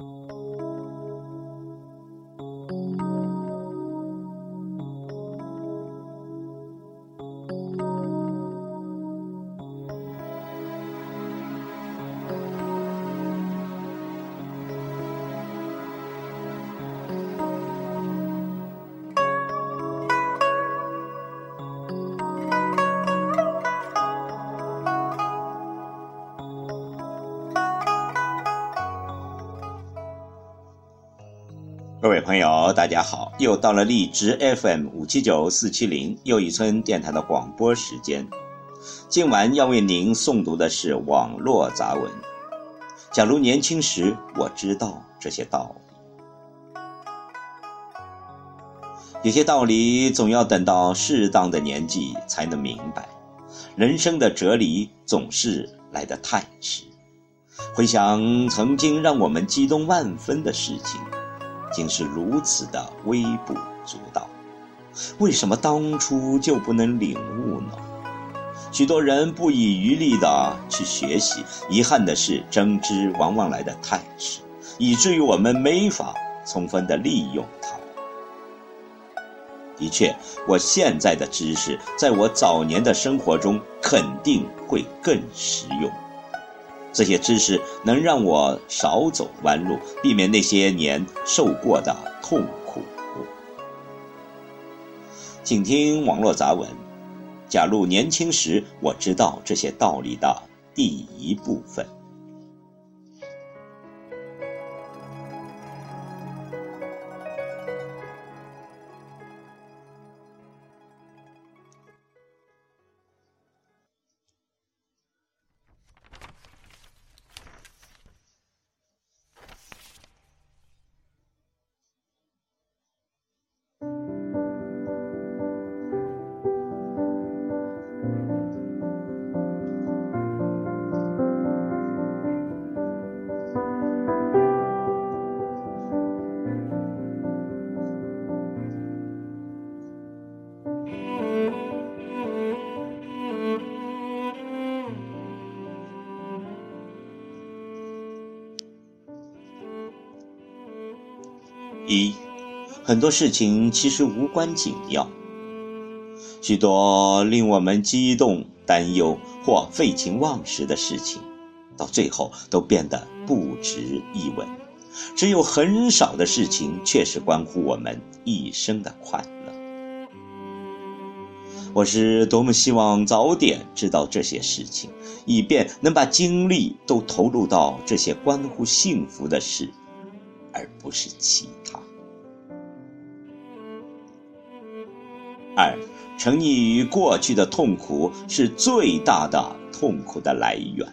各位朋友大家好，又到了荔枝 FM579470又一村电台的广播时间。今晚要为您诵读的是网络杂文。假如年轻时我知道这些道理。有些道理总要等到适当的年纪才能明白，人生的哲理总是来得太迟。回想曾经让我们激动万分的事情，竟是如此的微不足道，为什么当初就不能领悟呢？许多人不遗余力地去学习，遗憾的是真知往往来得太迟，以至于我们没法充分地利用它。的确，我现在的知识在我早年的生活中肯定会更实用，这些知识能让我少走弯路，避免那些年受过的痛苦。请听网络杂文。假如年轻时我知道这些道理的第一部分。一，很多事情其实无关紧要，许多令我们激动、担忧或废寝忘食的事情，到最后都变得不值一文。只有很少的事情确实关乎我们一生的快乐。我是多么希望早点知道这些事情，以便能把精力都投入到这些关乎幸福的事，而不是其他。二，沉溺于过去的痛苦是最大的痛苦的来源。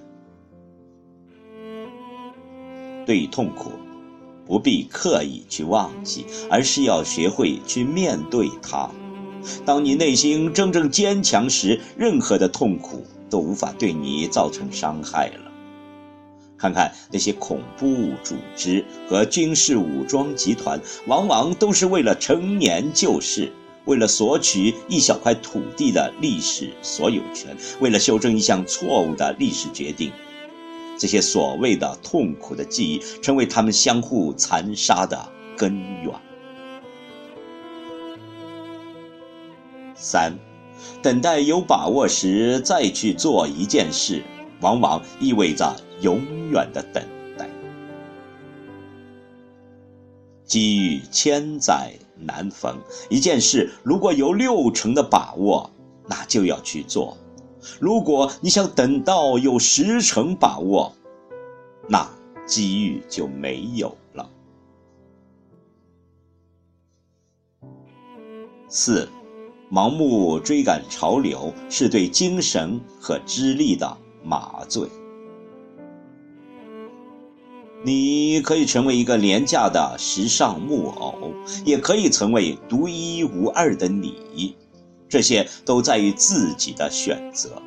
对于痛苦，不必刻意去忘记，而是要学会去面对它。当你内心真正坚强时，任何的痛苦都无法对你造成伤害了。看看那些恐怖组织和军事武装集团，往往都是为了陈年旧事，为了索取一小块土地的历史所有权，为了修正一项错误的历史决定。这些所谓的痛苦的记忆，成为他们相互残杀的根源。三，等待有把握时再去做一件事，往往意味着永远的等待。机遇千载难逢，一件事如果有60%的把握，那就要去做。如果你想等到有10%把握，那机遇就没有了。四，盲目追赶潮流是对精神和智力的麻醉。你可以成为一个廉价的时尚木偶，也可以成为独一无二的你，这些都在于自己的选择。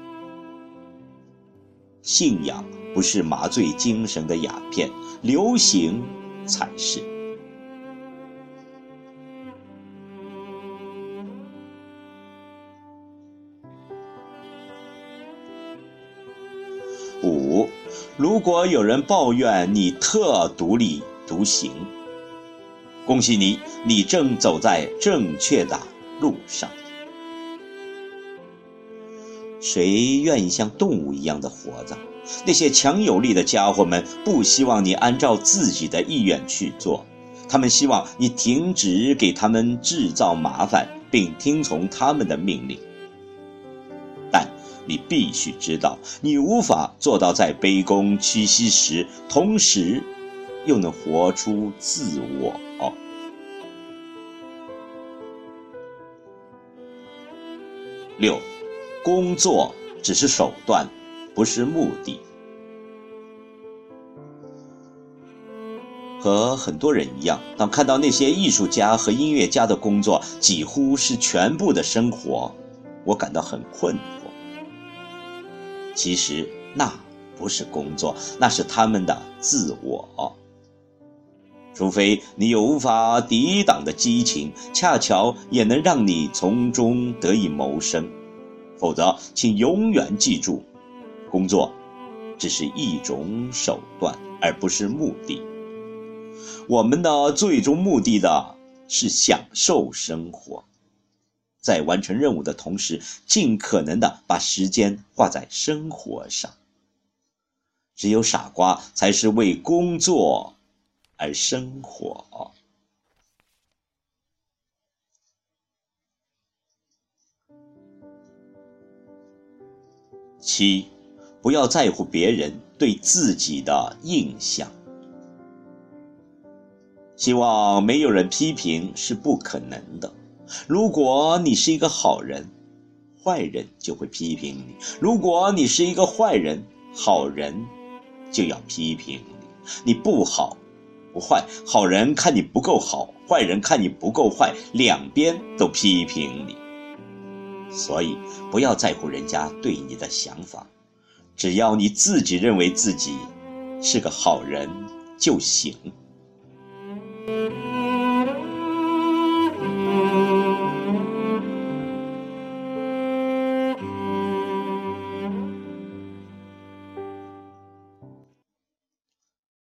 信仰不是麻醉精神的鸦片，流行才是。5，如果有人抱怨你特独立、 独行。恭喜你，你正走在正确的路上。谁愿意像动物一样的活着？那些强有力的家伙们不希望你按照自己的意愿去做，他们希望你停止给他们制造麻烦，并听从他们的命令。但你必须知道，你无法做到在卑躬屈膝时，同时又能活出自我。6. 工作只是手段，不是目的。和很多人一样，当看到那些艺术家和音乐家的工作几乎是全部的生活，我感到很困惑。其实那不是工作，那是他们的自我。除非你有无法抵挡的激情，恰巧也能让你从中得以谋生，否则请永远记住，工作只是一种手段，而不是目的。我们的最终目的是享受生活，在完成任务的同时，尽可能的把时间花在生活上。只有傻瓜才是为工作而生活。7. 不要在乎别人对自己的印象。希望没有人批评是不可能的。如果你是一个好人，坏人就会批评你；如果你是一个坏人，好人就要批评你。你不好不坏，好人看你不够好，坏人看你不够坏，两边都批评你。所以不要在乎人家对你的想法，只要你自己认为自己是个好人就行。